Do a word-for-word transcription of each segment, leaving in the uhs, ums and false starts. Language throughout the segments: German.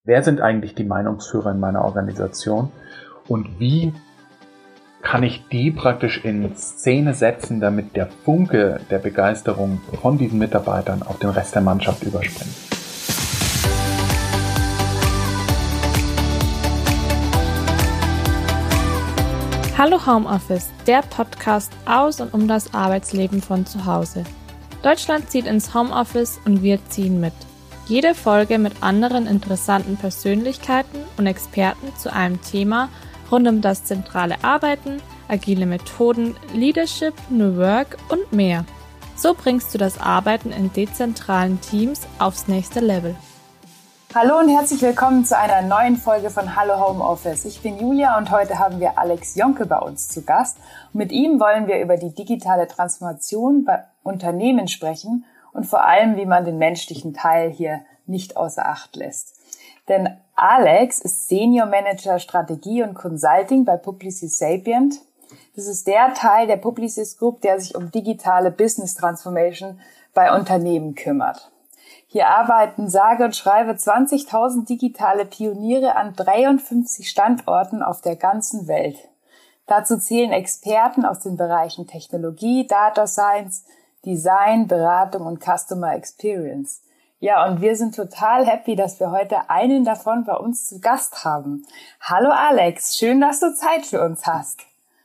wer sind eigentlich die Meinungsführer in meiner Organisation und wie kann ich die praktisch in Szene setzen, damit der Funke der Begeisterung von diesen Mitarbeitern auf den Rest der Mannschaft überspringt. Hallo Homeoffice, der Podcast aus und um das Arbeitsleben von zu Hause. Deutschland zieht ins Homeoffice und wir ziehen mit. Jede Folge mit anderen interessanten Persönlichkeiten und Experten zu einem Thema rund um das zentrale Arbeiten, agile Methoden, Leadership, New Work und mehr. So bringst du das Arbeiten in dezentralen Teams aufs nächste Level. Hallo und herzlich willkommen zu einer neuen Folge von Hallo Homeoffice. Ich bin Julia und heute haben wir Alex Jonke bei uns zu Gast. Und mit ihm wollen wir über die digitale Transformation bei Unternehmen sprechen und vor allem, wie man den menschlichen Teil hier nicht außer Acht lässt. Denn Alex ist Senior Manager Strategie und Consulting bei Publicis Sapient. Das ist der Teil der Publicis Group, der sich um digitale Business Transformation bei Unternehmen kümmert. Hier arbeiten sage und schreibe zwanzigtausend digitale Pioniere an dreiundfünfzig Standorten auf der ganzen Welt. Dazu zählen Experten aus den Bereichen Technologie, Data Science, Design, Beratung und Customer Experience. Ja, und wir sind total happy, dass wir heute einen davon bei uns zu Gast haben. Hallo Alex, schön, dass du Zeit für uns hast.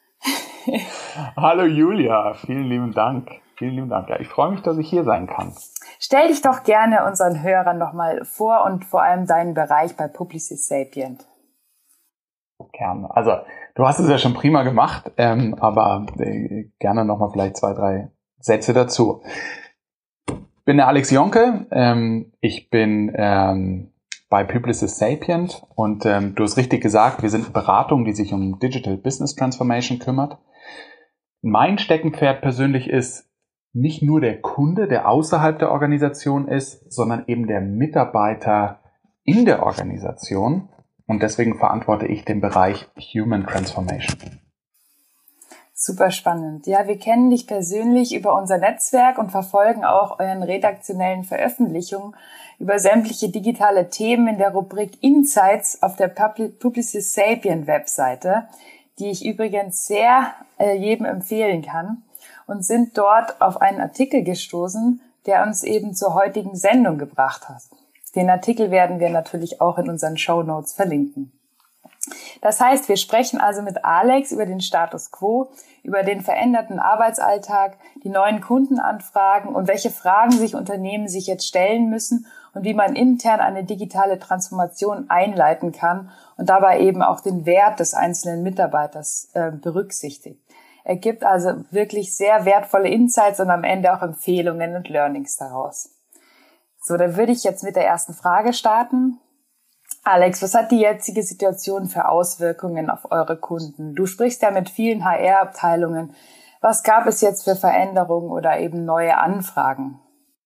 Hallo Julia, vielen lieben Dank. Vielen lieben Dank. Ja, ich freue mich, dass ich hier sein kann. Stell dich doch gerne unseren Hörern nochmal vor und vor allem deinen Bereich bei Publicis Sapient. Gerne. Also, du hast es ja schon prima gemacht, ähm, aber äh, gerne nochmal vielleicht zwei, drei Sätze dazu. Ich bin der Alex Jonke. Ähm, ich bin ähm, bei Publicis Sapient und ähm, du hast richtig gesagt, wir sind eine Beratung, die sich um Digital Business Transformation kümmert. Mein Steckenpferd persönlich ist, nicht nur der Kunde, der außerhalb der Organisation ist, sondern eben der Mitarbeiter in der Organisation. Und deswegen verantworte ich den Bereich Human Transformation. Super spannend. Ja, wir kennen dich persönlich über unser Netzwerk und verfolgen auch euren redaktionellen Veröffentlichungen über sämtliche digitale Themen in der Rubrik Insights auf der Publicis Sapient Webseite, die ich übrigens sehr äh, jedem empfehlen kann. Und sind dort auf einen Artikel gestoßen, der uns eben zur heutigen Sendung gebracht hat. Den Artikel werden wir natürlich auch in unseren Shownotes verlinken. Das heißt, wir sprechen also mit Alex über den Status quo, über den veränderten Arbeitsalltag, die neuen Kundenanfragen und welche Fragen sich Unternehmen sich jetzt stellen müssen und wie man intern eine digitale Transformation einleiten kann und dabei eben auch den Wert des einzelnen Mitarbeiters äh, berücksichtigt. Er gibt also wirklich sehr wertvolle Insights und am Ende auch Empfehlungen und Learnings daraus. So, dann würde ich jetzt mit der ersten Frage starten. Alex, was hat die jetzige Situation für Auswirkungen auf eure Kunden? Du sprichst ja mit vielen H R-Abteilungen. Was gab es jetzt für Veränderungen oder eben neue Anfragen?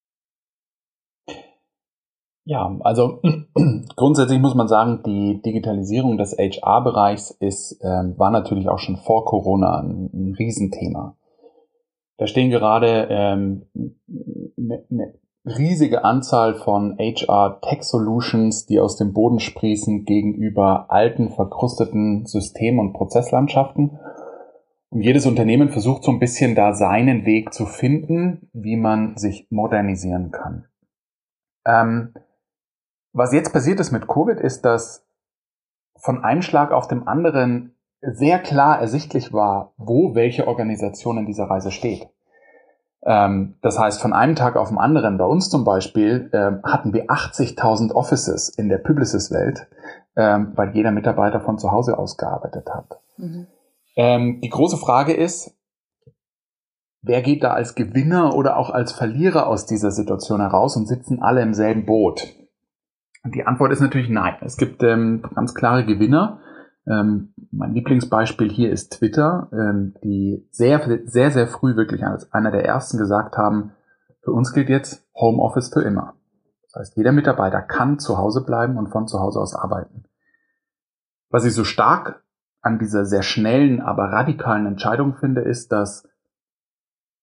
Ja, also grundsätzlich muss man sagen, die Digitalisierung des H R-Bereichs ist, ähm, war natürlich auch schon vor Corona ein, ein Riesenthema. Da stehen gerade ähm, eine, eine riesige Anzahl von H R-Tech-Solutions, die aus dem Boden sprießen gegenüber alten, verkrusteten System- und Prozesslandschaften. Und jedes Unternehmen versucht so ein bisschen da seinen Weg zu finden, wie man sich modernisieren kann. Ähm, Was jetzt passiert ist mit Covid, ist, dass von einem Schlag auf dem anderen sehr klar ersichtlich war, wo welche Organisation in dieser Reise steht. Ähm, das heißt, von einem Tag auf den anderen, bei uns zum Beispiel, ähm, hatten wir achtzigtausend Offices in der Publicis-Welt, ähm, weil jeder Mitarbeiter von zu Hause aus gearbeitet hat. Mhm. Ähm, die große Frage ist, wer geht da als Gewinner oder auch als Verlierer aus dieser Situation heraus und sitzen alle im selben Boot? Und die Antwort ist natürlich nein. Es gibt ähm, ganz klare Gewinner. Ähm, mein Lieblingsbeispiel hier ist Twitter, ähm, die sehr, sehr, sehr früh wirklich als einer der ersten gesagt haben, für uns gilt jetzt Homeoffice für immer. Das heißt, jeder Mitarbeiter kann zu Hause bleiben und von zu Hause aus arbeiten. Was ich so stark an dieser sehr schnellen, aber radikalen Entscheidung finde, ist, dass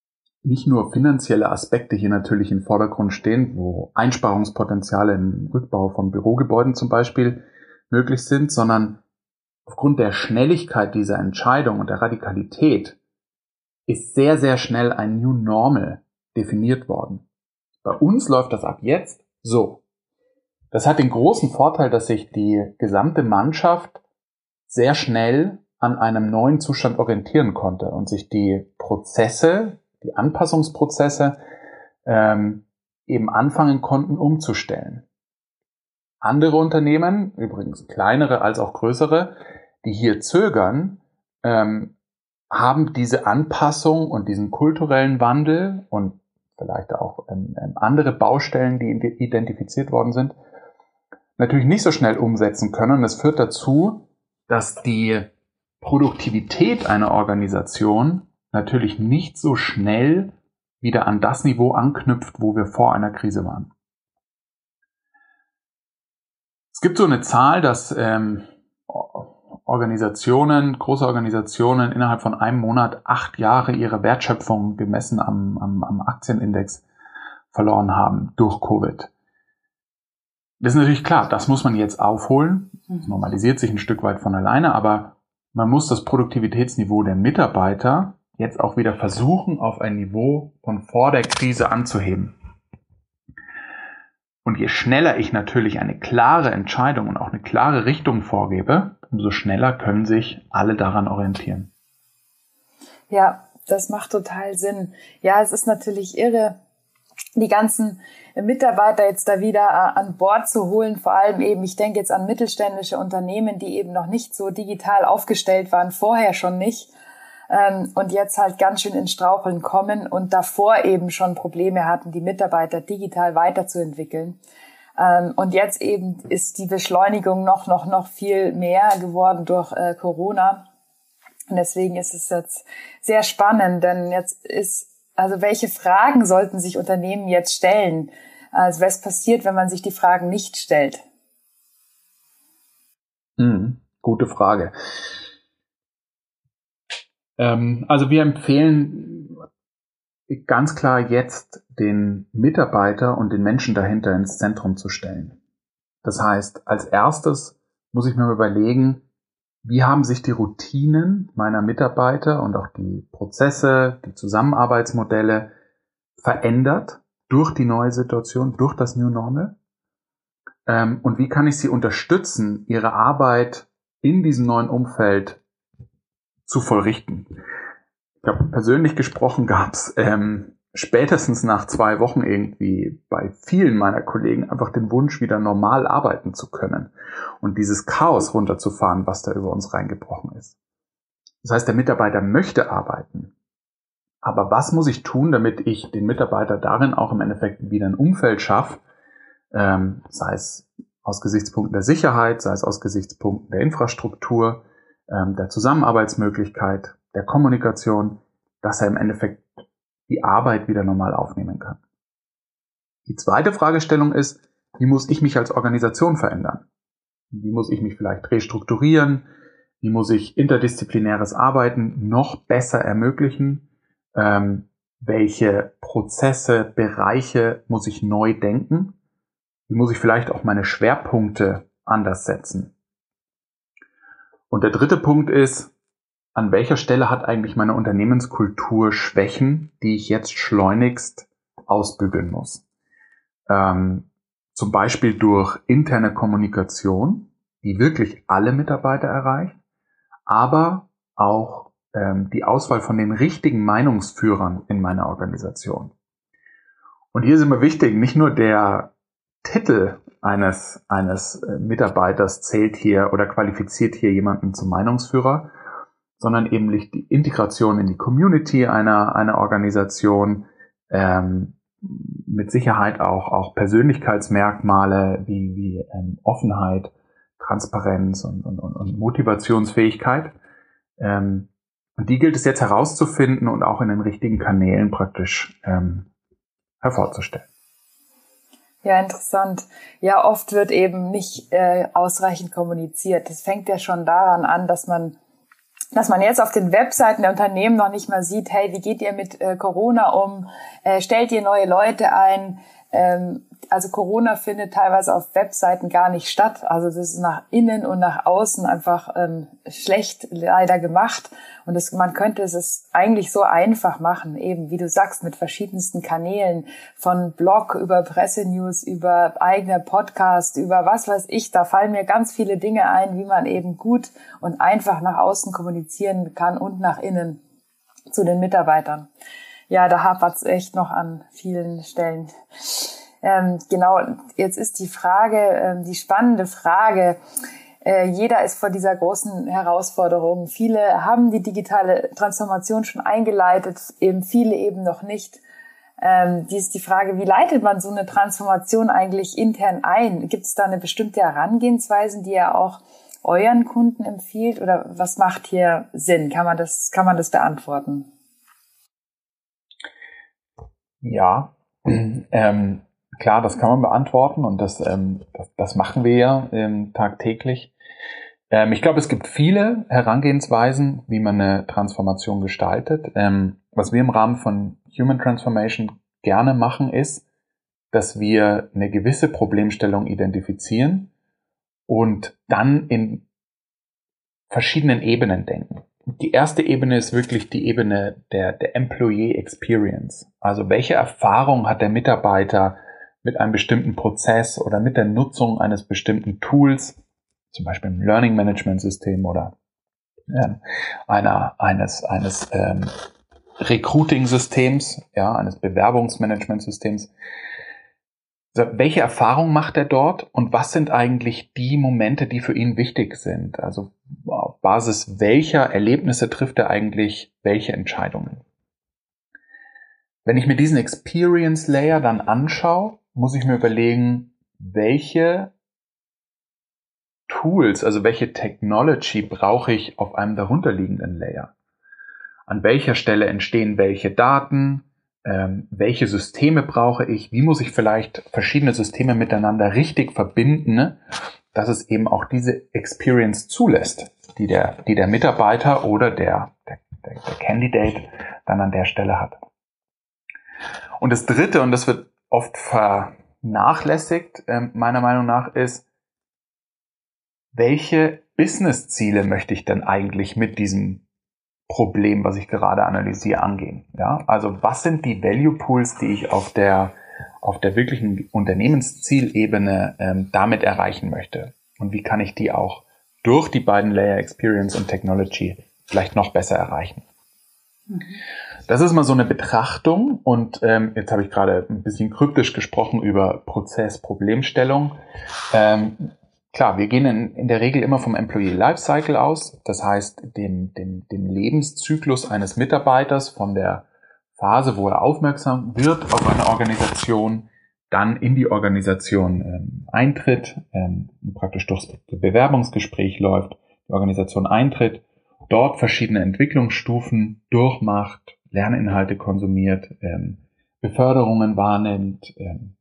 nicht nur finanzielle Aspekte hier natürlich im Vordergrund stehen, wo Einsparungspotenziale im Rückbau von Bürogebäuden zum Beispiel möglich sind, sondern aufgrund der Schnelligkeit dieser Entscheidung und der Radikalität ist sehr, sehr schnell ein New Normal definiert worden. Bei uns läuft das ab jetzt so. Das hat den großen Vorteil, dass sich die gesamte Mannschaft sehr schnell an einem neuen Zustand orientieren konnte und sich die Prozesse, die Anpassungsprozesse ähm, eben anfangen konnten umzustellen. Andere Unternehmen, übrigens kleinere als auch größere, die hier zögern, ähm, haben diese Anpassung und diesen kulturellen Wandel und vielleicht auch ähm, andere Baustellen, die identifiziert worden sind, natürlich nicht so schnell umsetzen können. Und das führt dazu, dass die Produktivität einer Organisation natürlich nicht so schnell wieder an das Niveau anknüpft, wo wir vor einer Krise waren. Es gibt so eine Zahl, dass ähm, Organisationen, große Organisationen innerhalb von einem Monat acht Jahre ihre Wertschöpfung gemessen am, am, am Aktienindex verloren haben durch Covid. Das ist natürlich klar, das muss man jetzt aufholen. Das normalisiert sich ein Stück weit von alleine, aber man muss das Produktivitätsniveau der Mitarbeiter jetzt auch wieder versuchen, auf ein Niveau von vor der Krise anzuheben. Und je schneller ich natürlich eine klare Entscheidung und auch eine klare Richtung vorgebe, umso schneller können sich alle daran orientieren. Ja, das macht total Sinn. Ja, es ist natürlich irre, die ganzen Mitarbeiter jetzt da wieder an Bord zu holen. Vor allem eben, ich denke jetzt an mittelständische Unternehmen, die eben noch nicht so digital aufgestellt waren, vorher schon nicht. Und jetzt halt ganz schön ins Straucheln kommen und davor eben schon Probleme hatten, die Mitarbeiter digital weiterzuentwickeln. Und jetzt eben ist die Beschleunigung noch, noch, noch viel mehr geworden durch Corona. Und deswegen ist es jetzt sehr spannend, denn jetzt ist, also welche Fragen sollten sich Unternehmen jetzt stellen? Also was passiert, wenn man sich die Fragen nicht stellt? Hm, gute Frage. Also wir empfehlen ganz klar jetzt den Mitarbeiter und den Menschen dahinter ins Zentrum zu stellen. Das heißt, als erstes muss ich mir überlegen, wie haben sich die Routinen meiner Mitarbeiter und auch die Prozesse, die Zusammenarbeitsmodelle verändert durch die neue Situation, durch das New Normal? Und wie kann ich sie unterstützen, ihre Arbeit in diesem neuen Umfeld zu vollrichten? Ich glaube, persönlich gesprochen gab es ähm, spätestens nach zwei Wochen irgendwie bei vielen meiner Kollegen einfach den Wunsch, wieder normal arbeiten zu können und dieses Chaos runterzufahren, was da über uns reingebrochen ist. Das heißt, der Mitarbeiter möchte arbeiten. Aber was muss ich tun, damit ich den Mitarbeiter darin auch im Endeffekt wieder ein Umfeld schaffe, ähm, sei es aus Gesichtspunkten der Sicherheit, sei es aus Gesichtspunkten der Infrastruktur, der Zusammenarbeitsmöglichkeit, der Kommunikation, dass er im Endeffekt die Arbeit wieder normal aufnehmen kann. Die zweite Fragestellung ist, wie muss ich mich als Organisation verändern? Wie muss ich mich vielleicht restrukturieren? Wie muss ich interdisziplinäres Arbeiten noch besser ermöglichen? Ähm, welche Prozesse, Bereiche muss ich neu denken? Wie muss ich vielleicht auch meine Schwerpunkte anders setzen? Und der dritte Punkt ist, an welcher Stelle hat eigentlich meine Unternehmenskultur Schwächen, die ich jetzt schleunigst ausbügeln muss? Ähm, zum Beispiel durch interne Kommunikation, die wirklich alle Mitarbeiter erreicht, aber auch ähm, die Auswahl von den richtigen Meinungsführern in meiner Organisation. Und hier ist immer wichtig, nicht nur der Titel eines, eines Mitarbeiters zählt hier oder qualifiziert hier jemanden zum Meinungsführer, sondern eben die Integration in die Community einer, einer Organisation, ähm, mit Sicherheit auch, auch Persönlichkeitsmerkmale wie, wie ähm, Offenheit, Transparenz und, und, und Motivationsfähigkeit. Ähm, und die gilt es jetzt herauszufinden und auch in den richtigen Kanälen praktisch ähm, hervorzustellen. Ja, interessant. Ja, oft wird eben nicht äh, ausreichend kommuniziert. Das fängt ja schon daran an, dass man dass man jetzt auf den Webseiten der Unternehmen noch nicht mal sieht, hey, wie geht ihr mit äh, Corona um? Äh, stellt ihr neue Leute ein? Ähm, also Corona findet teilweise auf Webseiten gar nicht statt. Also das ist nach innen und nach außen einfach ähm, schlecht leider gemacht. Und das, man könnte es eigentlich so einfach machen, eben wie du sagst, mit verschiedensten Kanälen, von Blog über Pressenews, über eigener Podcast, über was weiß ich. Da fallen mir ganz viele Dinge ein, wie man eben gut und einfach nach außen kommunizieren kann und nach innen zu den Mitarbeitern. Ja, da hapert es echt noch an vielen Stellen. Ähm, genau, jetzt ist die Frage, ähm, die spannende Frage, äh, jeder ist vor dieser großen Herausforderung. Viele haben die digitale Transformation schon eingeleitet, eben viele eben noch nicht. Ähm, die ist die Frage, wie leitet man so eine Transformation eigentlich intern ein? Gibt es da eine bestimmte Herangehensweise, die ihr auch euren Kunden empfiehlt? Oder was macht hier Sinn? Kann man das, kann man das beantworten? Ja, ähm, klar, das kann man beantworten und das, ähm, das, das machen wir ja ähm, tagtäglich. Ähm, ich glaube, es gibt viele Herangehensweisen, wie man eine Transformation gestaltet. Ähm, was wir im Rahmen von Human Transformation gerne machen, ist, dass wir eine gewisse Problemstellung identifizieren und dann in verschiedenen Ebenen denken. Die erste Ebene ist wirklich die Ebene der, der Employee Experience. Also welche Erfahrung hat der Mitarbeiter mit einem bestimmten Prozess oder mit der Nutzung eines bestimmten Tools, zum Beispiel im Learning Management System oder äh, einer, eines, eines ähm, Recruiting-Systems, ja, eines Bewerbungsmanagement-Systems. Also, welche Erfahrung macht er dort und was sind eigentlich die Momente, die für ihn wichtig sind? Also auf Basis welcher Erlebnisse trifft er eigentlich welche Entscheidungen? Wenn ich mir diesen Experience Layer dann anschaue, muss ich mir überlegen, welche Tools, also welche Technology brauche ich auf einem darunterliegenden Layer? An welcher Stelle entstehen welche Daten? Ähm, welche Systeme brauche ich? Wie muss ich vielleicht verschiedene Systeme miteinander richtig verbinden, ne? Dass es eben auch diese Experience zulässt, die der, die der Mitarbeiter oder der, der, der, der Candidate dann an der Stelle hat. Und das Dritte, und das wird oft vernachlässigt, äh, meiner Meinung nach, ist, welche Business-Ziele möchte ich denn eigentlich mit diesem Problem, was ich gerade analysiere, angehen? Ja, also was sind die Value Pools, die ich auf der, auf der wirklichen Unternehmenszielebene ähm, damit erreichen möchte? Und wie kann ich die auch durch die beiden Layer Experience und Technology vielleicht noch besser erreichen? Mhm. Das ist mal so eine Betrachtung und ähm, jetzt habe ich gerade ein bisschen kryptisch gesprochen über Prozess, Problemstellung. Ähm, Klar, wir gehen in, in der Regel immer vom Employee Lifecycle aus, das heißt dem, dem, dem Lebenszyklus eines Mitarbeiters von der Phase, wo er aufmerksam wird auf eine Organisation, dann in die Organisation ähm, eintritt, ähm, praktisch durchs Bewerbungsgespräch läuft, die Organisation eintritt, dort verschiedene Entwicklungsstufen durchmacht, Lerninhalte konsumiert, ähm, Beförderungen wahrnimmt, ähm,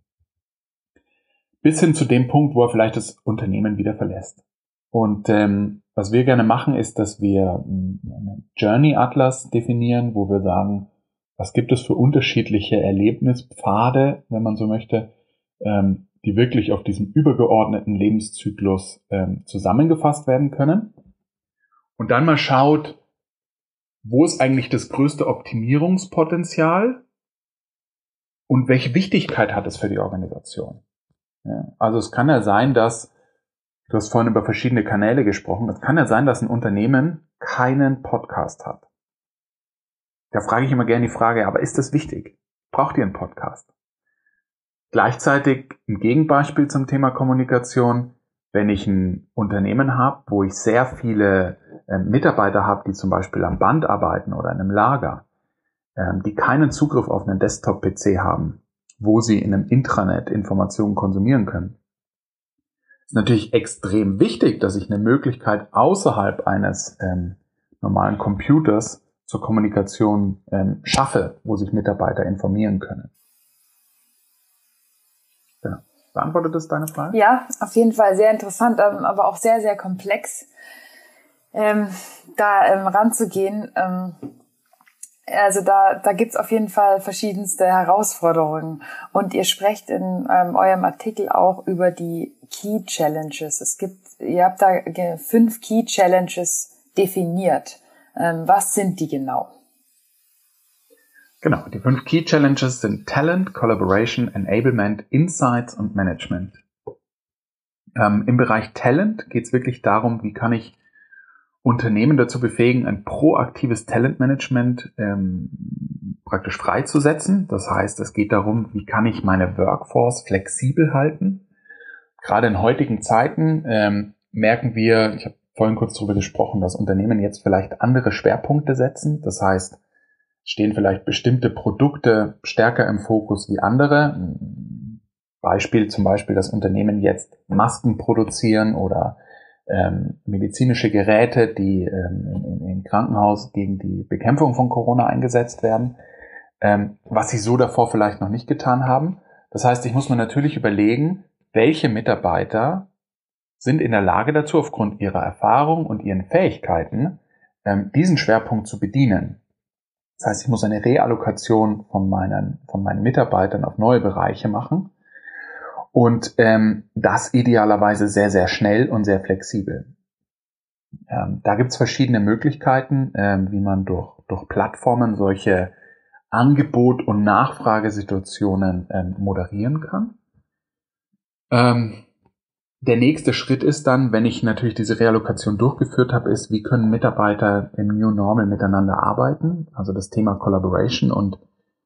bis hin zu dem Punkt, wo er vielleicht das Unternehmen wieder verlässt. Und ähm, was wir gerne machen, ist, dass wir einen Journey Atlas definieren, wo wir sagen, was gibt es für unterschiedliche Erlebnispfade, wenn man so möchte, ähm, die wirklich auf diesem übergeordneten Lebenszyklus ähm, zusammengefasst werden können. Und dann mal schaut, wo ist eigentlich das größte Optimierungspotenzial und welche Wichtigkeit hat es für die Organisation? Ja, also es kann ja sein, dass, du hast vorhin über verschiedene Kanäle gesprochen, es kann ja sein, dass ein Unternehmen keinen Podcast hat. Da frage ich immer gerne die Frage, aber ist das wichtig? Braucht ihr einen Podcast? Gleichzeitig ein Gegenbeispiel zum Thema Kommunikation, wenn ich ein Unternehmen habe, wo ich sehr viele äh, Mitarbeiter habe, die zum Beispiel am Band arbeiten oder in einem Lager, äh, die keinen Zugriff auf einen Desktop-P C haben, wo sie in einem Intranet Informationen konsumieren können. Es ist natürlich extrem wichtig, dass ich eine Möglichkeit außerhalb eines ähm, normalen Computers zur Kommunikation ähm, schaffe, wo sich Mitarbeiter informieren können. Ja. Beantwortet das deine Frage? Ja, auf jeden Fall sehr interessant, aber auch sehr, sehr komplex. ähm, da ähm, ranzugehen. Ähm, also da, da gibt's auf jeden Fall verschiedenste Herausforderungen. Und ihr sprecht in ähm, eurem Artikel auch über die Key Challenges. Es gibt, ihr habt da fünf Key Challenges definiert. Ähm, was sind die genau? Genau, die fünf Key Challenges sind Talent, Collaboration, Enablement, Insights und Management. Ähm, Im Bereich Talent geht es wirklich darum, wie kann ich Unternehmen dazu befähigen, ein proaktives Talentmanagement ähm, praktisch freizusetzen. Das heißt, es geht darum, wie kann ich meine Workforce flexibel halten. Gerade in heutigen Zeiten ähm, merken wir, ich habe vorhin kurz darüber gesprochen, dass Unternehmen jetzt vielleicht andere Schwerpunkte setzen. Das heißt, stehen vielleicht bestimmte Produkte stärker im Fokus wie andere. Beispiel zum Beispiel, dass Unternehmen jetzt Masken produzieren oder ähm, medizinische Geräte, die ähm, in, im Krankenhaus gegen die Bekämpfung von Corona eingesetzt werden, ähm, was sie so davor vielleicht noch nicht getan haben. Das heißt, ich muss mir natürlich überlegen, welche Mitarbeiter sind in der Lage dazu, aufgrund ihrer Erfahrung und ihren Fähigkeiten, ähm, diesen Schwerpunkt zu bedienen. Das heißt, ich muss eine Reallokation von meinen, von meinen Mitarbeitern auf neue Bereiche machen und ähm, das idealerweise sehr, sehr schnell und sehr flexibel. Ähm, da gibt es verschiedene Möglichkeiten, ähm, wie man durch, durch Plattformen solche Angebot- und Nachfragesituationen ähm, moderieren kann. Ähm, Der nächste Schritt ist dann, wenn ich natürlich diese Reallokation durchgeführt habe, ist, wie können Mitarbeiter im New Normal miteinander arbeiten? Also das Thema Collaboration. Und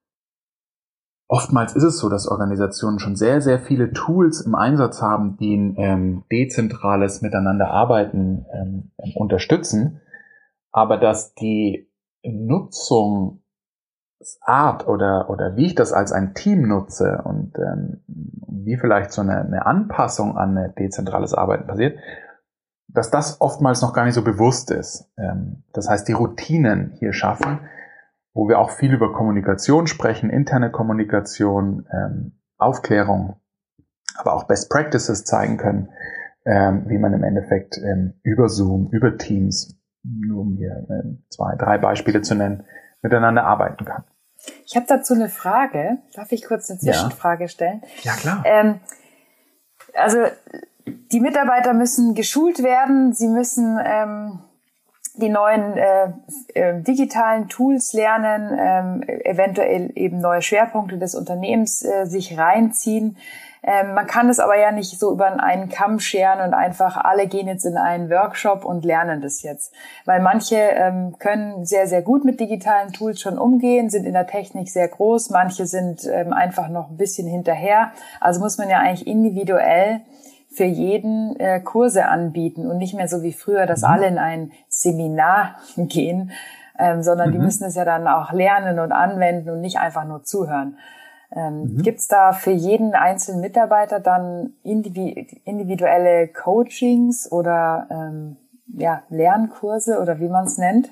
oftmals ist es so, dass Organisationen schon sehr, sehr viele Tools im Einsatz haben, die ein ähm, dezentrales Miteinanderarbeiten ähm, unterstützen. Aber dass die Nutzung Art oder oder wie ich das als ein Team nutze und ähm, wie vielleicht so eine, eine Anpassung an ein dezentrales Arbeiten passiert, dass das oftmals noch gar nicht so bewusst ist. Ähm, das heißt, die Routinen hier schaffen, wo wir auch viel über Kommunikation sprechen, interne Kommunikation, ähm, Aufklärung, aber auch Best Practices zeigen können, ähm, wie man im Endeffekt ähm, über Zoom, über Teams, nur um hier äh, zwei, drei Beispiele zu nennen, miteinander arbeiten kann. Ich habe dazu eine Frage. Darf ich kurz eine Zwischenfrage ja. stellen? Ja, klar. Ähm, also die Mitarbeiter müssen geschult werden, sie müssen ähm, die neuen äh, äh, digitalen Tools lernen, ähm, eventuell eben neue Schwerpunkte des Unternehmens äh, sich reinziehen. Ähm, man kann es aber ja nicht so über einen Kamm scheren und einfach alle gehen jetzt in einen Workshop und lernen das jetzt. Weil manche ähm, können sehr, sehr gut mit digitalen Tools schon umgehen, sind in der Technik sehr groß, manche sind ähm, einfach noch ein bisschen hinterher. Also muss man ja eigentlich individuell für jeden äh, Kurse anbieten und nicht mehr so wie früher, dass mhm. alle in ein Seminar gehen, ähm, sondern mhm. die müssen es ja dann auch lernen und anwenden und nicht einfach nur zuhören. Ähm, mhm. Gibt es da für jeden einzelnen Mitarbeiter dann individuelle Coachings oder ähm, ja, Lernkurse oder wie man es nennt?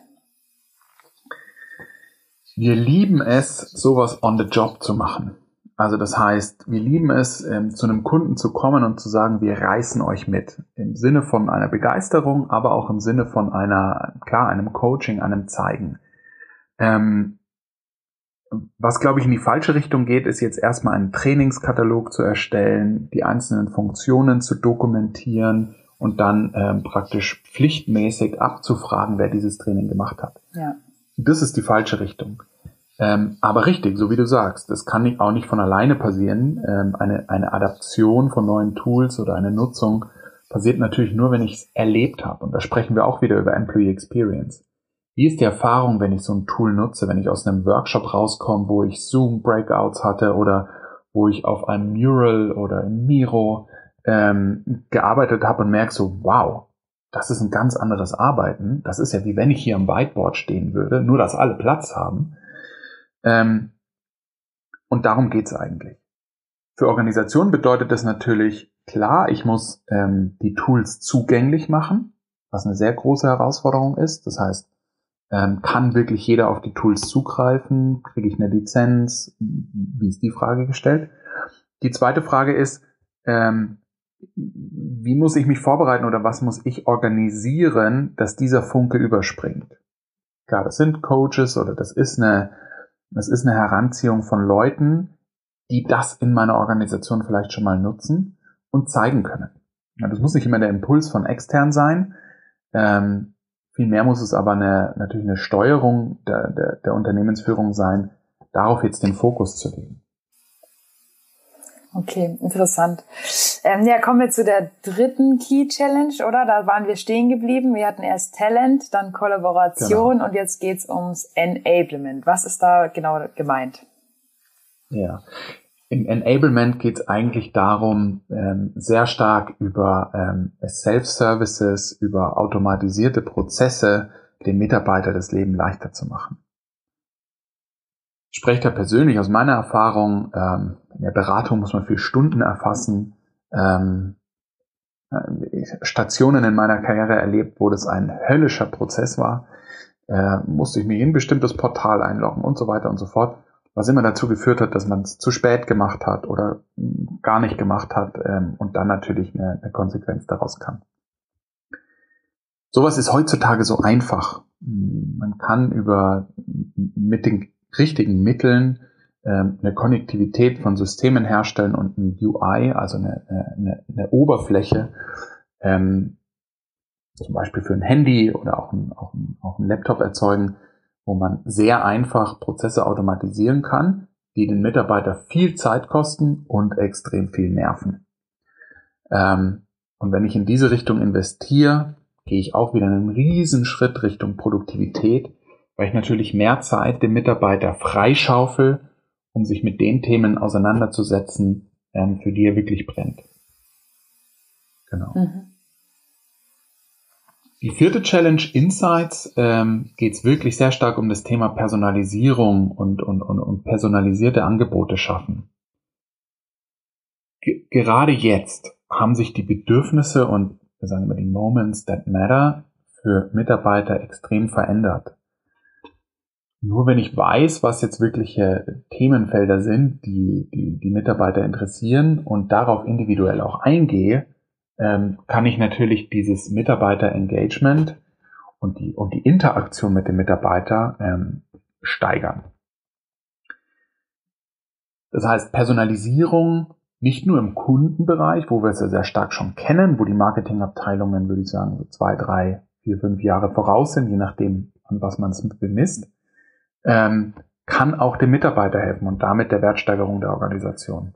Wir lieben es, sowas on the job zu machen. Also das heißt, wir lieben es, ähm, zu einem Kunden zu kommen und zu sagen, wir reißen euch mit. Im Sinne von einer Begeisterung, aber auch im Sinne von einer, klar, einem Coaching, einem Zeigen. Ähm, Was, glaube ich, in die falsche Richtung geht, ist jetzt erstmal einen Trainingskatalog zu erstellen, die einzelnen Funktionen zu dokumentieren und dann ähm, praktisch pflichtmäßig abzufragen, wer dieses Training gemacht hat. Ja. Das ist die falsche Richtung. Ähm, aber richtig, so wie du sagst, das kann nicht, auch nicht von alleine passieren. Ähm, eine, eine Adaption von neuen Tools oder eine Nutzung passiert natürlich nur, wenn ich es erlebt habe. Und da sprechen wir auch wieder über Employee Experience. Wie ist die Erfahrung, wenn ich so ein Tool nutze, wenn ich aus einem Workshop rauskomme, wo ich Zoom-Breakouts hatte oder wo ich auf einem Mural oder in Miro ähm, gearbeitet habe und merke so, wow, das ist ein ganz anderes Arbeiten. Das ist ja wie wenn ich hier am Whiteboard stehen würde, nur dass alle Platz haben. Ähm, und darum geht's eigentlich. Für Organisationen bedeutet das natürlich, klar, ich muss ähm, die Tools zugänglich machen, was eine sehr große Herausforderung ist. Das heißt, Ähm, kann wirklich jeder auf die Tools zugreifen? Kriege ich eine Lizenz? Wie ist die Frage gestellt? Die zweite Frage ist, ähm, wie muss ich mich vorbereiten oder was muss ich organisieren, dass dieser Funke überspringt? Klar, das sind Coaches oder das ist eine, das ist eine Heranziehung von Leuten, die das in meiner Organisation vielleicht schon mal nutzen und zeigen können. Ja, das muss nicht immer der Impuls von extern sein. Ähm, vielmehr muss es aber eine, natürlich eine Steuerung der, der, der Unternehmensführung sein, darauf jetzt den Fokus zu legen. Okay, interessant. Ähm, ja, kommen wir zu der dritten Key Challenge, oder? Da waren wir stehen geblieben. Wir hatten erst Talent, dann Kollaboration, genau. Und jetzt geht's ums Enablement. Was ist da genau gemeint? Ja, im Enablement geht es eigentlich darum, ähm, sehr stark über ähm, Self-Services, über automatisierte Prozesse den Mitarbeiter das Leben leichter zu machen. Ich spreche da persönlich aus meiner Erfahrung, ähm, in der Beratung muss man viel Stunden erfassen, ähm, Stationen in meiner Karriere erlebt, wo das ein höllischer Prozess war, äh, musste ich mich in ein bestimmtes Portal einloggen und so weiter und so fort, was immer dazu geführt hat, dass man es zu spät gemacht hat oder gar nicht gemacht hat ähm, und dann natürlich eine, eine Konsequenz daraus kam. Sowas ist heutzutage so einfach. Man kann über mit den richtigen Mitteln ähm, eine Konnektivität von Systemen herstellen und ein U I, also eine, eine, eine Oberfläche, ähm, zum Beispiel für ein Handy oder auch ein, auch ein, auch ein Laptop erzeugen, wo man sehr einfach Prozesse automatisieren kann, die den Mitarbeiter viel Zeit kosten und extrem viel nerven. Ähm, und wenn ich in diese Richtung investiere, gehe ich auch wieder einen riesen Schritt Richtung Produktivität, weil ich natürlich mehr Zeit dem Mitarbeiter freischaufel, um sich mit den Themen auseinanderzusetzen, ähm, für die er wirklich brennt. Genau. Mhm. Die vierte Challenge Insights ähm, geht es wirklich sehr stark um das Thema Personalisierung und, und, und, und personalisierte Angebote schaffen. G- gerade jetzt haben sich die Bedürfnisse und wir sagen immer die Moments that matter für Mitarbeiter extrem verändert. Nur wenn ich weiß, was jetzt wirkliche Themenfelder sind, die die, die Mitarbeiter interessieren und darauf individuell auch eingehe, ähm, kann ich natürlich dieses Mitarbeiter-Engagement und die, und die Interaktion mit dem Mitarbeiter ähm, steigern. Das heißt, Personalisierung nicht nur im Kundenbereich, wo wir es ja sehr stark schon kennen, wo die Marketingabteilungen, würde ich sagen, so zwei, drei, vier, fünf Jahre voraus sind, je nachdem, an was man es bemisst, ähm, kann auch dem Mitarbeiter helfen und damit der Wertsteigerung der Organisation.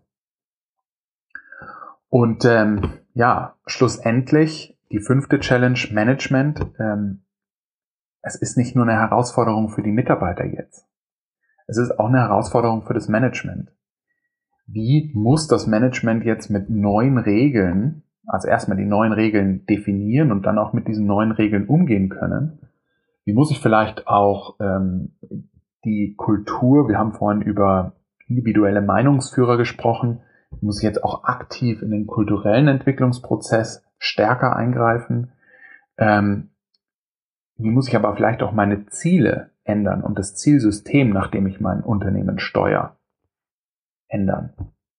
Und ähm, ja, schlussendlich die fünfte Challenge Management. Ähm, es ist nicht nur eine Herausforderung für die Mitarbeiter jetzt. Es ist auch eine Herausforderung für das Management. Wie muss das Management jetzt mit neuen Regeln, also erstmal die neuen Regeln definieren und dann auch mit diesen neuen Regeln umgehen können? Wie muss ich vielleicht auch ähm, die Kultur, wir haben vorhin über individuelle Meinungsführer gesprochen, muss ich jetzt auch aktiv in den kulturellen Entwicklungsprozess stärker eingreifen? Ähm, wie muss ich aber vielleicht auch meine Ziele ändern und das Zielsystem, nach dem ich mein Unternehmen steuere, ändern?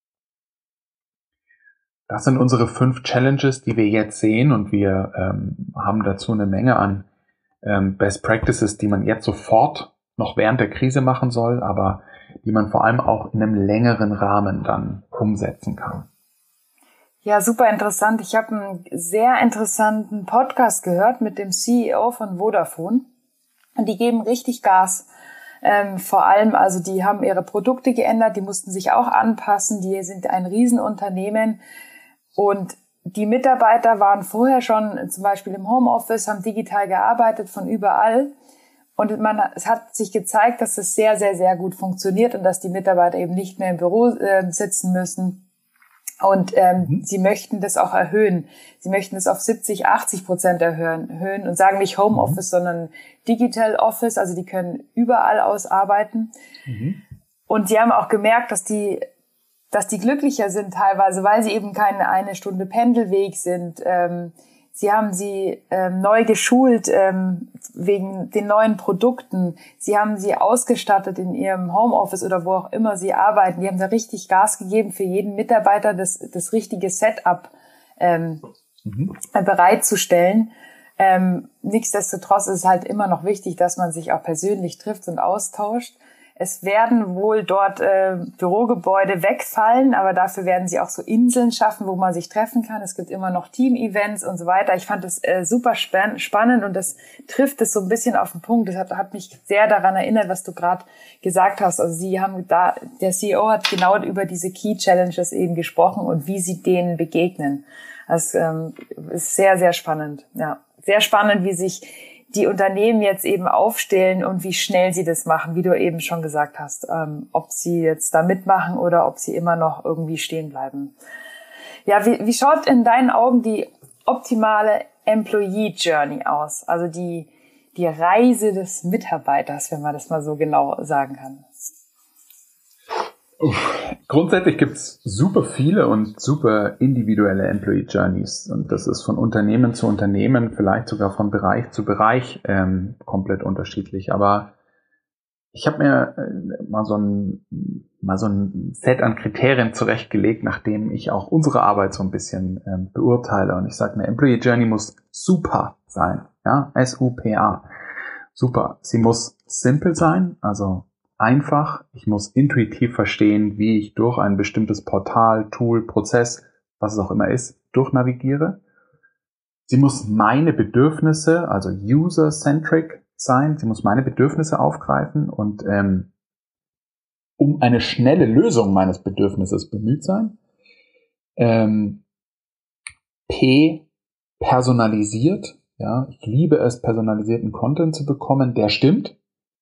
Das sind unsere fünf Challenges, die wir jetzt sehen und wir ähm, haben dazu eine Menge an ähm, Best Practices, die man jetzt sofort noch während der Krise machen soll, aber die man vor allem auch in einem längeren Rahmen dann umsetzen kann. Ja, super interessant. Ich habe einen sehr interessanten Podcast gehört mit dem C E O von Vodafone und die geben richtig Gas. Ähm, vor allem, also die haben ihre Produkte geändert, die mussten sich auch anpassen, die sind ein Riesenunternehmen und die Mitarbeiter waren vorher schon zum Beispiel im Homeoffice, haben digital gearbeitet von überall. Und man, es hat sich gezeigt, dass es sehr, sehr, sehr gut funktioniert und dass die Mitarbeiter eben nicht mehr im Büro äh, sitzen müssen. Und ähm, mhm. sie möchten das auch erhöhen. Sie möchten es auf siebzig, achtzig Prozent erhöhen, erhöhen und sagen nicht Homeoffice, mhm. sondern Digital Office. Also die können überall aus arbeiten. Mhm. Und sie haben auch gemerkt, dass die, dass die glücklicher sind teilweise, weil sie eben keine eine Stunde Pendelweg sind. Ähm, Sie haben sie ähm, neu geschult ähm, wegen den neuen Produkten. Sie haben sie ausgestattet in ihrem Homeoffice oder wo auch immer sie arbeiten. Die haben da richtig Gas gegeben, für jeden Mitarbeiter das, das richtige Setup ähm, mhm. bereitzustellen. Ähm, nichtsdestotrotz ist es halt immer noch wichtig, dass man sich auch persönlich trifft und austauscht. Es werden wohl dort äh, Bürogebäude wegfallen, aber dafür werden sie auch so Inseln schaffen, wo man sich treffen kann. Es gibt immer noch Team-Events und so weiter. Ich fand das äh, super spann- spannend und das trifft es so ein bisschen auf den Punkt. Das hat, hat mich sehr daran erinnert, was du gerade gesagt hast. Also sie haben da, der C E O hat genau über diese Key Challenges eben gesprochen und wie sie denen begegnen. Das ähm, ist sehr, sehr spannend. Ja, sehr spannend, wie sich die Unternehmen jetzt eben aufstellen und wie schnell sie das machen, wie du eben schon gesagt hast, ähm, ob sie jetzt da mitmachen oder ob sie immer noch irgendwie stehen bleiben. Ja, wie, wie schaut in deinen Augen die optimale Employee Journey aus? Also die, die Reise des Mitarbeiters, wenn man das mal so genau sagen kann. Uff. Grundsätzlich gibt's super viele und super individuelle Employee Journeys und das ist von Unternehmen zu Unternehmen, vielleicht sogar von Bereich zu Bereich ähm, komplett unterschiedlich. Aber ich habe mir äh, mal so ein mal so ein Set an Kriterien zurechtgelegt, nachdem ich auch unsere Arbeit so ein bisschen ähm, beurteile. Und ich sage, eine Employee Journey muss super sein, ja, S U P A, super. Sie muss simple sein, also einfach, ich muss intuitiv verstehen, wie ich durch ein bestimmtes Portal, Tool, Prozess, was es auch immer ist, durchnavigiere. Sie muss meine Bedürfnisse, also user-centric sein, sie muss meine Bedürfnisse aufgreifen und ähm, um eine schnelle Lösung meines Bedürfnisses bemüht sein. Ähm, P, personalisiert, ja, ich liebe es, personalisierten Content zu bekommen, der stimmt.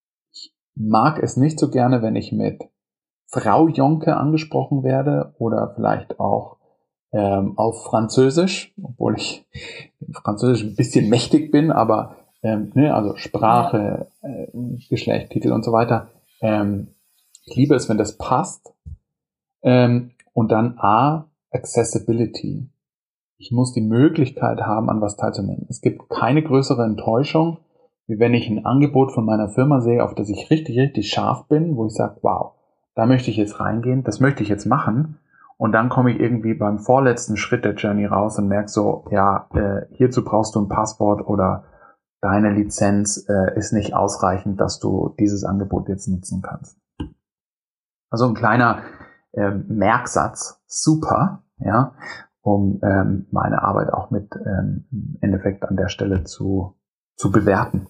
Mag es nicht so gerne, wenn ich mit Frau Jonke angesprochen werde oder vielleicht auch ähm, auf Französisch, obwohl ich Französisch ein bisschen mächtig bin, aber ähm, ne, also Sprache, äh, Geschlecht, Titel und so weiter. Ähm, ich liebe es, wenn das passt. Ähm, und dann A, Accessibility. Ich muss die Möglichkeit haben, an was teilzunehmen. Es gibt keine größere Enttäuschung, wie wenn ich ein Angebot von meiner Firma sehe, auf das ich richtig, richtig scharf bin, wo ich sage, wow, da möchte ich jetzt reingehen, das möchte ich jetzt machen. Und dann komme ich irgendwie beim vorletzten Schritt der Journey raus und merke so, ja, äh, hierzu brauchst du ein Passwort oder deine Lizenz äh, ist nicht ausreichend, dass du dieses Angebot jetzt nutzen kannst. Also ein kleiner äh, Merksatz, super, ja, um ähm, meine Arbeit auch mit ähm, im Endeffekt an der Stelle zu zu bewerten.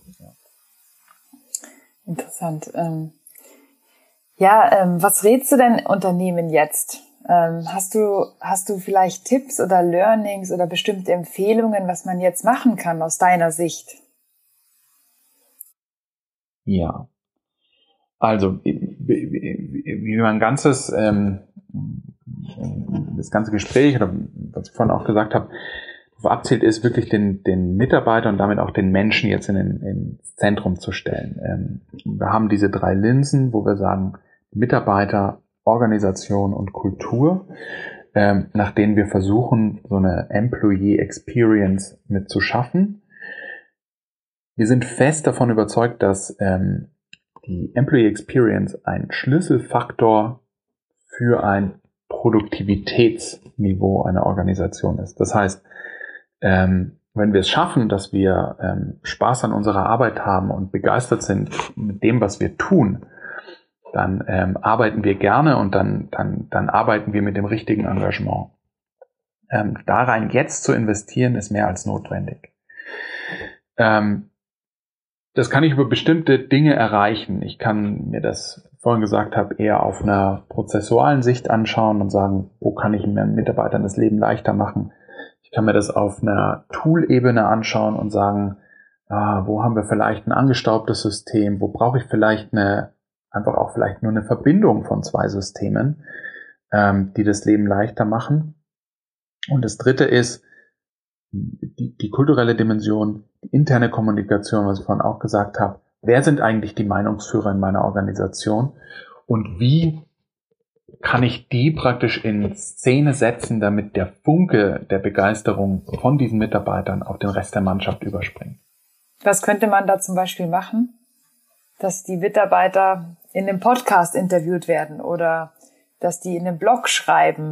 Interessant. Ähm, ja, ähm, was rätst du denn Unternehmen jetzt? Ähm, hast du hast du vielleicht Tipps oder Learnings oder bestimmte Empfehlungen, was man jetzt machen kann aus deiner Sicht? Ja, also wie, wie, wie mein ganzes ähm, das ganze Gespräch oder was ich vorhin auch gesagt habe, abzielt, ist wirklich den, den Mitarbeiter und damit auch den Menschen jetzt in den, ins Zentrum zu stellen. Ähm, wir haben diese drei Linsen, wo wir sagen, Mitarbeiter, Organisation und Kultur, ähm, nach denen wir versuchen, so eine Employee Experience mit zu schaffen. Wir sind fest davon überzeugt, dass ähm, die Employee Experience ein Schlüsselfaktor für ein Produktivitätsniveau einer Organisation ist. Das heißt, Ähm, wenn wir es schaffen, dass wir ähm, Spaß an unserer Arbeit haben und begeistert sind mit dem, was wir tun, dann ähm, arbeiten wir gerne und dann, dann, dann arbeiten wir mit dem richtigen Engagement. Ähm, da rein jetzt zu investieren, ist mehr als notwendig. Ähm, das kann ich über bestimmte Dinge erreichen. Ich kann mir das, wie ich vorhin gesagt habe, eher auf einer prozessualen Sicht anschauen und sagen, wo kann ich meinen Mitarbeitern das Leben leichter machen. Ich kann mir das auf einer Tool-Ebene anschauen und sagen, ah, wo haben wir vielleicht ein angestaubtes System, wo brauche ich vielleicht eine, einfach auch vielleicht nur eine Verbindung von zwei Systemen, ähm, die das Leben leichter machen. Und das dritte ist die, die kulturelle Dimension, die interne Kommunikation, was ich vorhin auch gesagt habe. Wer sind eigentlich die Meinungsführer in meiner Organisation und wie kann ich die praktisch in Szene setzen, damit der Funke der Begeisterung von diesen Mitarbeitern auf den Rest der Mannschaft überspringt. Was könnte man da zum Beispiel machen? Dass die Mitarbeiter in einem Podcast interviewt werden oder dass die in einem Blog schreiben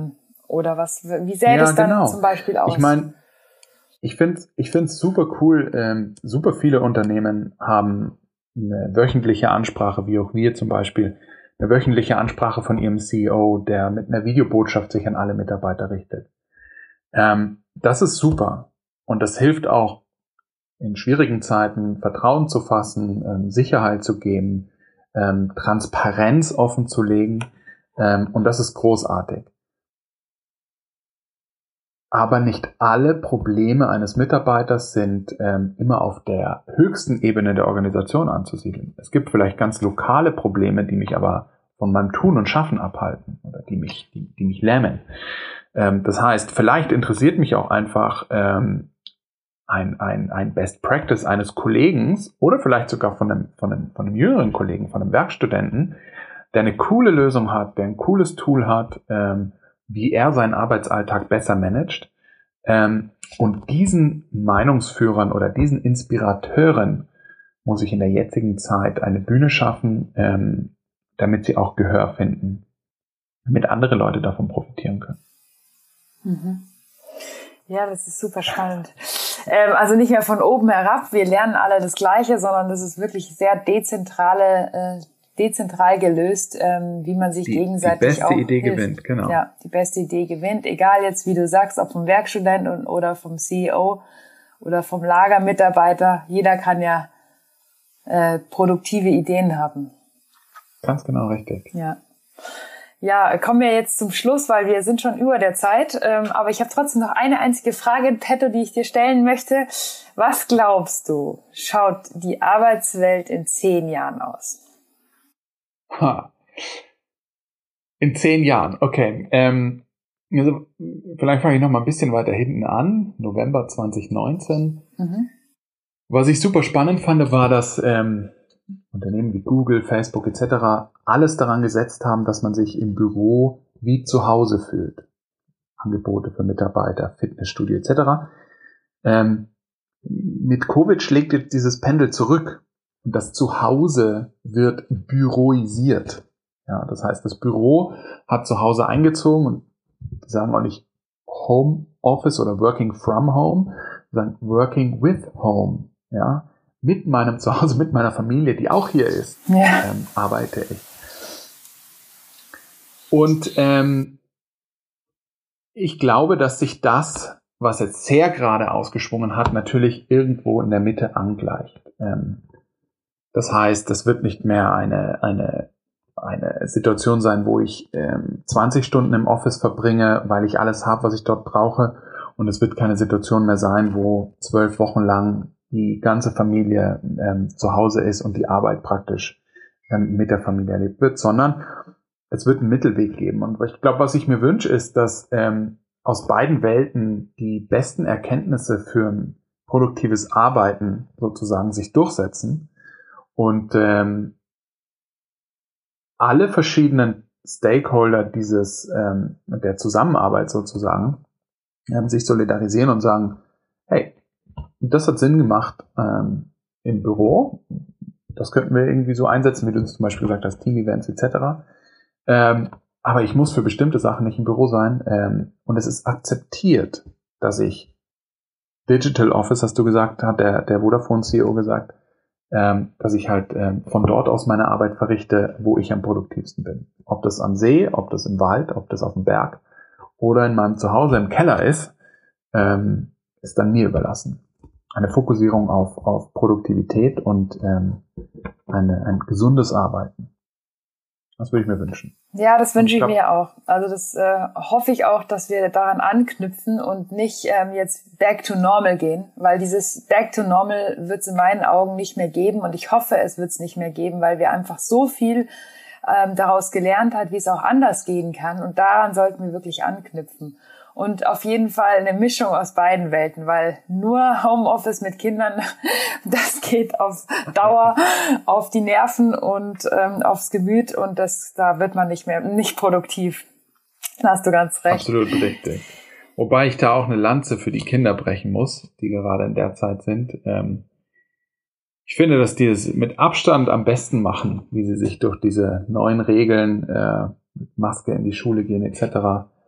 Oder was? Wie sähe ja, das dann genau. zum Beispiel aus? Ich meine, ich finde es ich find's super cool. Ähm, super viele Unternehmen haben eine wöchentliche Ansprache, wie auch wir zum Beispiel, eine wöchentliche Ansprache von ihrem C E O, der mit einer Videobotschaft sich an alle Mitarbeiter richtet. Ähm, das ist super. Und das hilft auch, in schwierigen Zeiten Vertrauen zu fassen, ähm, Sicherheit zu geben, ähm, Transparenz offen zu legen. Ähm, und das ist großartig. Aber nicht alle Probleme eines Mitarbeiters sind ähm, immer auf der höchsten Ebene der Organisation anzusiedeln. Es gibt vielleicht ganz lokale Probleme, die mich aber von meinem Tun und Schaffen abhalten oder die mich, die, die mich lähmen. Ähm, das heißt, vielleicht interessiert mich auch einfach ähm, ein, ein, ein Best Practice eines Kollegen oder vielleicht sogar von einem, von einem, von einem jüngeren Kollegen, von einem Werkstudenten, der eine coole Lösung hat, der ein cooles Tool hat, ähm, wie er seinen Arbeitsalltag besser managt. Ähm, und diesen Meinungsführern oder diesen Inspirateuren muss ich in der jetzigen Zeit eine Bühne schaffen, ähm, damit sie auch Gehör finden, damit andere Leute davon profitieren können. Mhm. Ja, das ist super spannend. Ähm, also nicht mehr von oben herab, wir lernen alle das Gleiche, sondern das ist wirklich sehr dezentrale äh, dezentral gelöst, ähm, wie man sich die, gegenseitig die beste auch Idee hilft. gewinnt, genau. Ja, die beste Idee gewinnt, egal jetzt, wie du sagst, ob vom Werkstudent und, oder vom C E O oder vom Lagermitarbeiter. Jeder kann ja äh, produktive Ideen haben. Ganz genau richtig. Ja. Ja, kommen wir jetzt zum Schluss, weil wir sind schon über der Zeit. Ähm, aber ich habe trotzdem noch eine einzige Frage, Petto, die ich dir stellen möchte. Was glaubst du, schaut die Arbeitswelt in zehn Jahren aus? Ha. In zehn Jahren, okay. Ähm, also vielleicht fange ich noch mal ein bisschen weiter hinten an, November zwanzig neunzehn. Mhm. Was ich super spannend fand, war, dass ähm, Unternehmen wie Google, Facebook et cetera alles daran gesetzt haben, dass man sich im Büro wie zu Hause fühlt. Angebote für Mitarbeiter, Fitnessstudio et cetera. Ähm, mit Covid schlägt jetzt dieses Pendel zurück. Und das Zuhause wird büroisiert. Ja, das heißt, das Büro hat zu Hause eingezogen und die sagen auch nicht Home Office oder Working from Home, sondern Working with Home. Ja, mit meinem Zuhause, mit meiner Familie, die auch hier ist, ja. ähm, arbeite ich. Und ähm, ich glaube, dass sich das, was jetzt sehr gerade ausgeschwungen hat, natürlich irgendwo in der Mitte angleicht. Ähm, Das heißt, das wird nicht mehr eine, eine, eine Situation sein, wo ich ähm, zwanzig Stunden im Office verbringe, weil ich alles habe, was ich dort brauche. Und es wird keine Situation mehr sein, wo zwölf Wochen lang die ganze Familie ähm, zu Hause ist und die Arbeit praktisch ähm, mit der Familie erlebt wird, sondern es wird einen Mittelweg geben. Und ich glaube, was ich mir wünsche, ist, dass ähm, aus beiden Welten die besten Erkenntnisse für ein produktives Arbeiten sozusagen sich durchsetzen. Und ähm, alle verschiedenen Stakeholder dieses ähm, der Zusammenarbeit sozusagen ähm, sich solidarisieren und sagen, hey, das hat Sinn gemacht ähm, im Büro, das könnten wir irgendwie so einsetzen, wie du zum Beispiel gesagt hast, Team-Events et cetera. Ähm, aber ich muss für bestimmte Sachen nicht im Büro sein ähm, und es ist akzeptiert, dass ich Digital Office, hast du gesagt, hat der, der Vodafone-C E O gesagt, Ähm, dass ich halt ähm, von dort aus meine Arbeit verrichte, wo ich am produktivsten bin. Ob das am See, ob das im Wald, ob das auf dem Berg oder in meinem Zuhause im Keller ist, ähm, ist dann mir überlassen. Eine Fokussierung auf, auf Produktivität und ähm, eine, ein gesundes Arbeiten. Das würde ich mir wünschen. Ja, das wünsche ich, ich glaub, mir auch. Also das äh, hoffe ich auch, dass wir daran anknüpfen und nicht ähm, jetzt back to normal gehen, weil dieses back to normal wird es in meinen Augen nicht mehr geben und ich hoffe, es wird es nicht mehr geben, weil wir einfach so viel ähm, daraus gelernt haben, wie es auch anders gehen kann und daran sollten wir wirklich anknüpfen. Und auf jeden Fall eine Mischung aus beiden Welten, weil nur Homeoffice mit Kindern, das geht auf Dauer auf die Nerven und ähm, aufs Gemüt und das, da wird man nicht mehr nicht produktiv. Da hast du ganz recht. Absolut richtig. Wobei ich da auch eine Lanze für die Kinder brechen muss, die gerade in der Zeit sind. Ähm, ich finde, dass die es mit Abstand am besten machen, wie sie sich durch diese neuen Regeln, äh, mit Maske in die Schule gehen et cetera,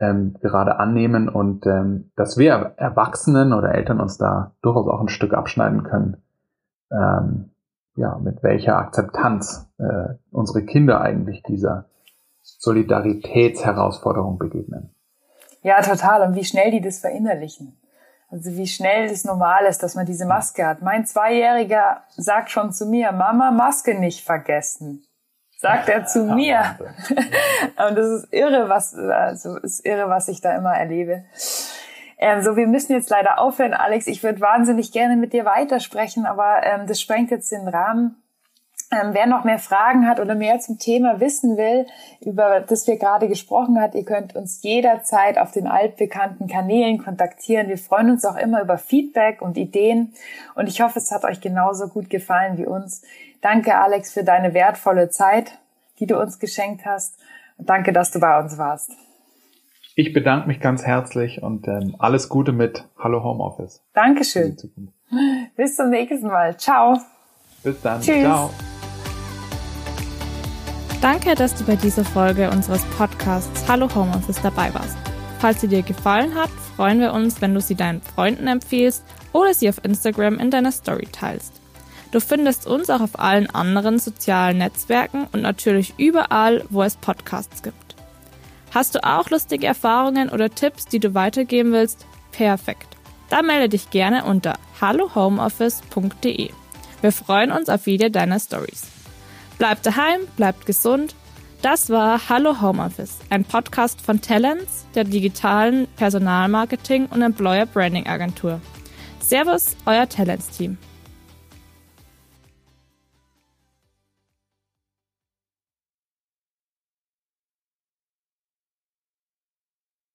ähm, gerade annehmen und ähm, dass wir Erwachsenen oder Eltern uns da durchaus auch ein Stück abschneiden können, ähm, ja, mit welcher Akzeptanz äh, unsere Kinder eigentlich dieser Solidaritätsherausforderung begegnen. Ja, total. Und wie schnell die das verinnerlichen. Also wie schnell das normal ist, dass man diese Maske hat. Mein Zweijähriger sagt schon zu mir, Mama, Maske nicht vergessen. Sagt er zu mir. Und das ist irre, was, also ist irre, was ich da immer erlebe. Ähm, so, wir müssen jetzt leider aufhören, Alex. Ich würde wahnsinnig gerne mit dir weitersprechen, aber ähm, das sprengt jetzt den Rahmen. Ähm, wer noch mehr Fragen hat oder mehr zum Thema wissen will, über das wir gerade gesprochen haben, ihr könnt uns jederzeit auf den altbekannten Kanälen kontaktieren. Wir freuen uns auch immer über Feedback und Ideen und ich hoffe, es hat euch genauso gut gefallen wie uns. Danke, Alex, für deine wertvolle Zeit, die du uns geschenkt hast und danke, dass du bei uns warst. Ich bedanke mich ganz herzlich und ähm, alles Gute mit Hallo Homeoffice. Dankeschön. Bis zum nächsten Mal. Ciao. Bis dann. Tschüss. Ciao. Danke, dass du bei dieser Folge unseres Podcasts Hallo Homeoffice dabei warst. Falls sie dir gefallen hat, freuen wir uns, wenn du sie deinen Freunden empfiehlst oder sie auf Instagram in deiner Story teilst. Du findest uns auch auf allen anderen sozialen Netzwerken und natürlich überall, wo es Podcasts gibt. Hast du auch lustige Erfahrungen oder Tipps, die du weitergeben willst? Perfekt. Dann melde dich gerne unter hallo homeoffice punkt de. Wir freuen uns auf jede deiner Stories. Bleibt daheim, bleibt gesund. Das war Hallo Homeoffice, ein Podcast von Talents, der digitalen Personalmarketing- und Employer Branding Agentur. Servus, euer Talents-Team.